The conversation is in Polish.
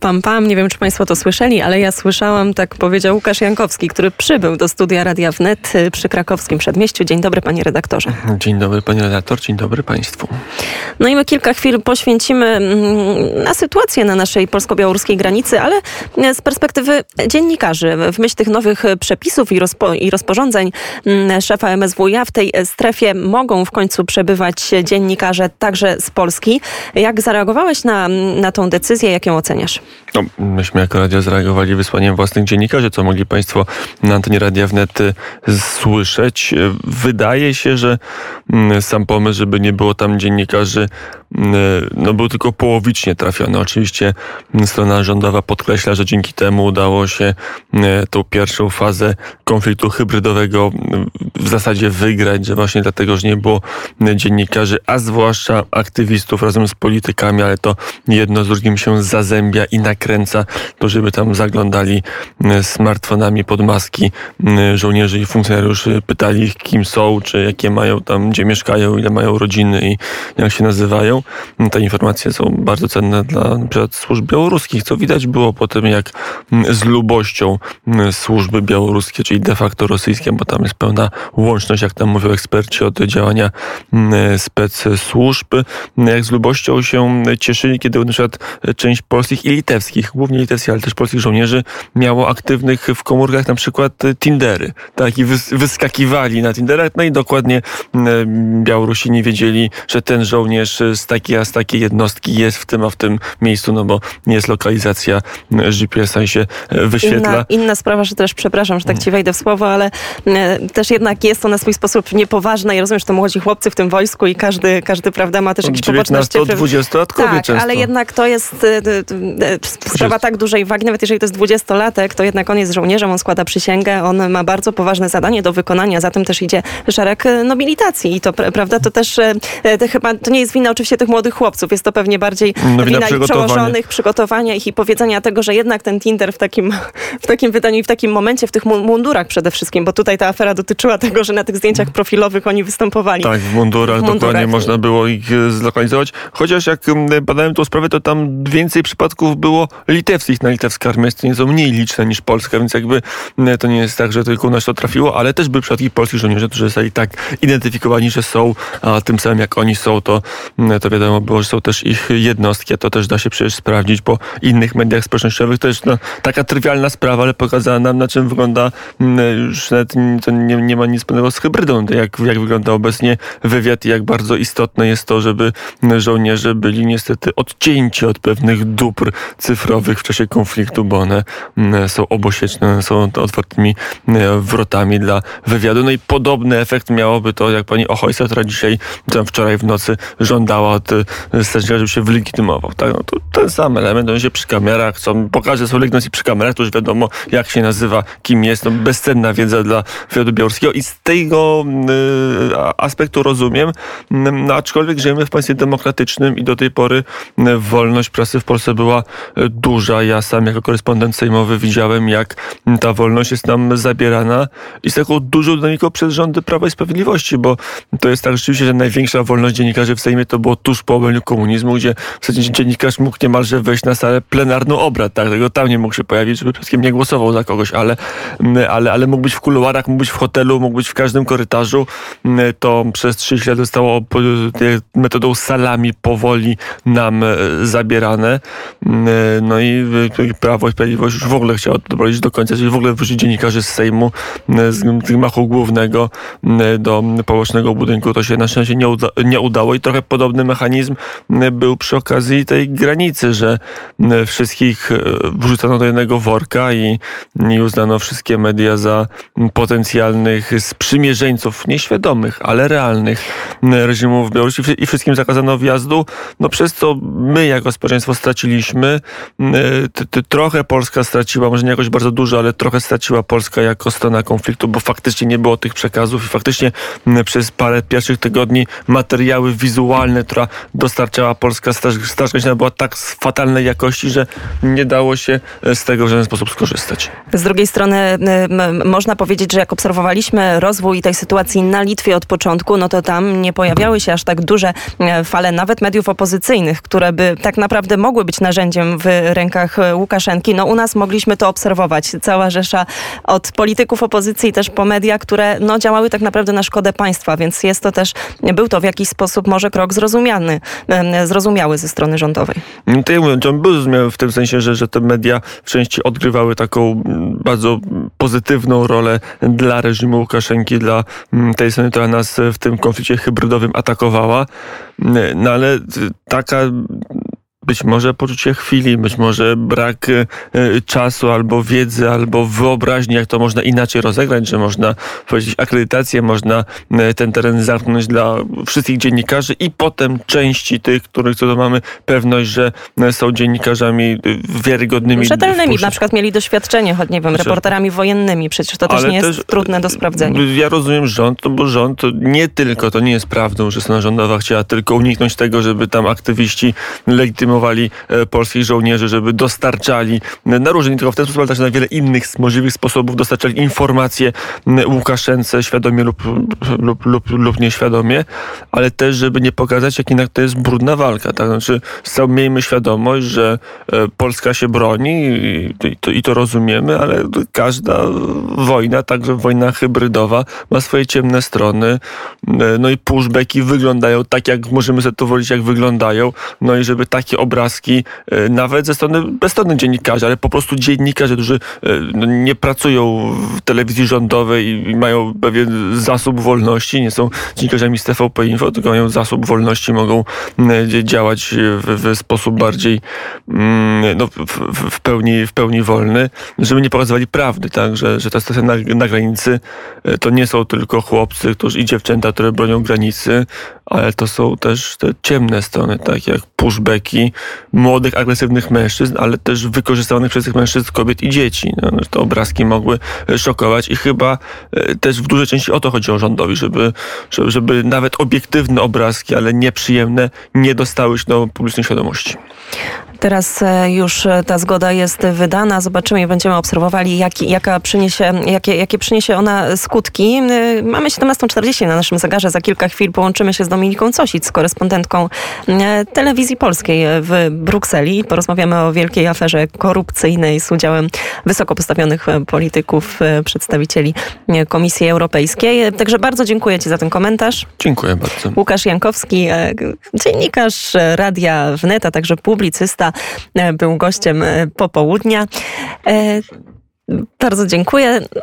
pam, pam. Nie wiem, czy państwo to słyszeli, ale ja słyszałam, tak powiedział Łukasz Jankowski, który przybył do studia Radia Wnet przy krakowskim Przedmieściu. Dzień dobry, panie redaktorze. Dzień dobry, pani redaktor. Dzień dobry państwu. No i my kilka chwil poświęcimy na sytuację na naszej polsko-białoruskiej granicy, ale z perspektywy dziennikarzy. W myśl tych nowych przepisów i rozporządzeń szefa MSWiA w tej strefie mogą w końcu przebywać dziennikarze także z Polski. Jak zareagowałeś na tą decyzję? Jak ją oceniasz? No, myśmy jako radio zareagowali wysłaniem własnych dziennikarzy, co mogli państwo na antenie Radia Wnet słyszeć. Wydaje się, że sam pomysł, żeby nie było tam dziennikarzy, był tylko połowicznie trafiony. Oczywiście strona rządowa podkreśla, że dzięki temu udało się tą pierwszą fazę konfliktu hybrydowego w zasadzie wygrać, że właśnie dlatego, że nie było dziennikarzy, a zwłaszcza aktywistów razem z politykami, ale to jedno z drugim się zazębia i nakręca, to żeby tam zaglądali smartfonami pod maski żołnierzy i funkcjonariuszy, pytali ich, kim są, czy jakie mają tam, gdzie mieszkają, ile mają rodziny i jak się nazywają. Te informacje są bardzo cenne dla na przykład służb białoruskich, co widać było po tym, jak z lubością służby białoruskie, czyli de facto rosyjskie, bo tam jest pełna łączność, jak tam mówią eksperci od działania specsłużb, jak z lubością się cieszyli, kiedy na przykład część polskich i litewskich, głównie litewskich, ale też polskich żołnierzy miało aktywnych w komórkach na przykład Tindery. Tak, i wyskakiwali na Tinderach, no i dokładnie Białorusini wiedzieli, że ten żołnierz z takiej jednostki jest w tym miejscu, no bo jest lokalizacja GPS-a i się wyświetla. Inna sprawa, że też, przepraszam, że tak ci wejdę w słowo, ale też jednak jest to na swój sposób niepoważne. Ja rozumiem, że to młodzi chłopcy w tym wojsku i każdy prawda, ma też jakieś poboczności. 19-20-latkowie tak, często. Ale jednak to jest sprawa tak dużej wagi, nawet jeżeli to jest 20-latek, to jednak on jest żołnierzem, on składa przysięgę, on ma bardzo poważne zadanie do wykonania, za tym też idzie szereg nobilitacji i to, prawda, to też chyba, to nie jest wina oczywiście tych młodych chłopców, jest to pewnie bardziej wina ich przełożonych, przygotowania ich i powiedzenia tego, że jednak ten Tinder w takim wydaniu i w takim momencie, w tych mundurach przede wszystkim, bo tutaj ta afera dotyczyła tego, że na tych zdjęciach profilowych oni występowali. Tak, w mundurach dokładnie można było ich zlokalizować. Chociaż jak badałem tą sprawę, to tam więcej przypadków było litewskich. Na litewska armia jest nieco mniej liczna niż polska, więc jakby to nie jest tak, że tylko u nas to trafiło, ale też były przypadki polskich żołnierzy, którzy zostali tak identyfikowani, że są, a tym samym jak oni są, to wiadomo było, że są też ich jednostki, a to też da się przecież sprawdzić po innych mediach społecznościowych. To jest taka trywialna sprawa, ale pokazała nam, na czym wygląda, już nawet to nie ma nic wspólnego z hybrydą, jak wygląda obecnie wywiad i jak bardzo istotne jest to, żeby żołnierze byli niestety odcięci od pewnych dóbr cyfrowych w czasie konfliktu, bo one są obosieczne, są otwartymi wrotami dla wywiadu. No i podobny efekt miałoby to, jak pani Ochojsa, która wczoraj w nocy żądała od strażnika, żeby się wylegitymował. Tak? No to ten sam element, on się przy kamerach, pokaże swoją legitymację przy kamerach, to już wiadomo, jak się nazywa, kim jest. No, bezcenna wiedza dla wywiadu białoruskiego i z tego aspektu rozumiem, aczkolwiek żyjemy w państwie demokratycznym i do tej pory wolność prasy w Polsce była duża. Ja sam jako korespondent sejmowy widziałem, jak ta wolność jest nam zabierana i z taką dużą dynamiką przez rządy Prawa i Sprawiedliwości, bo to jest tak rzeczywiście, że największa wolność dziennikarzy w Sejmie to było tuż po obaleniu komunizmu, gdzie w zasadzie dziennikarz mógł niemalże wejść na salę plenarną obrad, tak? Tego tam nie mógł się pojawić, żeby przede wszystkim nie głosował za kogoś, ale mógł być w kuluarach, mógł być w hotelu, mógł być w każdym korytarzu. To przez 30 lat zostało metodą salami powoli nam zabierane. No i Prawo i Sprawiedliwość już w ogóle chciało to doprowadzić do końca, czyli w ogóle wyrzucić dziennikarzy z Sejmu, z gmachu głównego do pobocznego budynku. To się na szczęście nie udało i trochę podobny mechanizm był przy okazji tej granicy, że wszystkich wrzucano do jednego worka i uznano wszystkie media za potencjalnych sprzymierzeńców, nieświadomych, ale realnych reżimu w Białorusi i wszystkim zakazano wjazdu, przez co my jako społeczeństwo straciliśmy. Trochę Polska straciła, może nie jakoś bardzo dużo, ale trochę straciła Polska jako strona konfliktu, bo faktycznie nie było tych przekazów i faktycznie przez parę pierwszych tygodni materiały wizualne, która dostarczała polska Straż Graniczna, była tak fatalnej jakości, że nie dało się z tego w żaden sposób skorzystać. Z drugiej strony można powiedzieć, że jak obserwowaliśmy rozwój tej sytuacji na Litwie od początku, no to tam nie pojawiały się aż tak duże fale nawet mediów opozycyjnych, które by tak naprawdę mogły być narzędziem w rękach Łukaszenki. No u nas mogliśmy to obserwować. Cała rzesza od polityków opozycji też po media, które działały tak naprawdę na szkodę państwa, więc był to w jakiś sposób może krok zrozumiały ze strony rządowej. To ja mówię, on był zrozumiały w tym sensie, że te media w części odgrywały taką bardzo pozytywną rolę dla reżimu Łukaszenki, dla tej strony, która nas w tym konflikcie hybrydowym atakowała. No ale taka być może poczucie chwili, być może brak czasu albo wiedzy, albo wyobraźni, jak to można inaczej rozegrać, że można powiedzieć akredytację, można ten teren zamknąć dla wszystkich dziennikarzy i potem części tych, których co to mamy pewność, że są dziennikarzami wiarygodnymi. Rzetelnymi, na przykład mieli doświadczenie, choć nie wiem, reporterami wojennymi, przecież to też nie jest trudne do sprawdzenia. Ja rozumiem rząd, bo rząd to nie jest prawdą, że strona rządowa chciała tylko uniknąć tego, żeby tam aktywiści legitymowali polskich żołnierzy, żeby dostarczali na różne, nie tylko w ten sposób, ale też na wiele innych możliwych sposobów dostarczali informacje Łukaszence świadomie lub nieświadomie, ale też, żeby nie pokazać, jak jednak to jest brudna walka. Tak? Znaczy, miejmy świadomość, że Polska się broni i to rozumiemy, ale każda wojna, także wojna hybrydowa, ma swoje ciemne strony. No i pushbacki wyglądają tak, jak możemy sobie to wolić, jak wyglądają. No i żeby takie obrazki, nawet ze strony bezstronnych dziennikarzy, ale po prostu dziennikarze, którzy nie pracują w telewizji rządowej i mają pewien zasób wolności, nie są dziennikarzami z TVP Info, tylko mają zasób wolności, mogą działać w sposób bardziej w pełni wolny, żeby nie pokazywali prawdy, tak? Że ta sytuacja na granicy to nie są tylko chłopcy i dziewczęta, które bronią granicy, ale to są też te ciemne strony, tak jak pushbacki młodych, agresywnych mężczyzn, ale też wykorzystywanych przez tych mężczyzn kobiet i dzieci. Te obrazki mogły szokować i chyba też w dużej części o to chodziło rządowi, żeby nawet obiektywne obrazki, ale nieprzyjemne, nie dostały się do publicznej świadomości. Teraz już ta zgoda jest wydana. Zobaczymy i będziemy obserwowali, jakie przyniesie ona skutki. Mamy 17:40 na naszym zegarze. Za kilka chwil połączymy się z Dominiką Cosic, korespondentką telewizji polskiej w Brukseli. Porozmawiamy o wielkiej aferze korupcyjnej z udziałem wysoko postawionych polityków, przedstawicieli Komisji Europejskiej. Także bardzo dziękuję Ci za ten komentarz. Dziękuję bardzo. Łukasz Jankowski, dziennikarz Radia Wnet, a także publicysta, był gościem popołudnia. Bardzo dziękuję.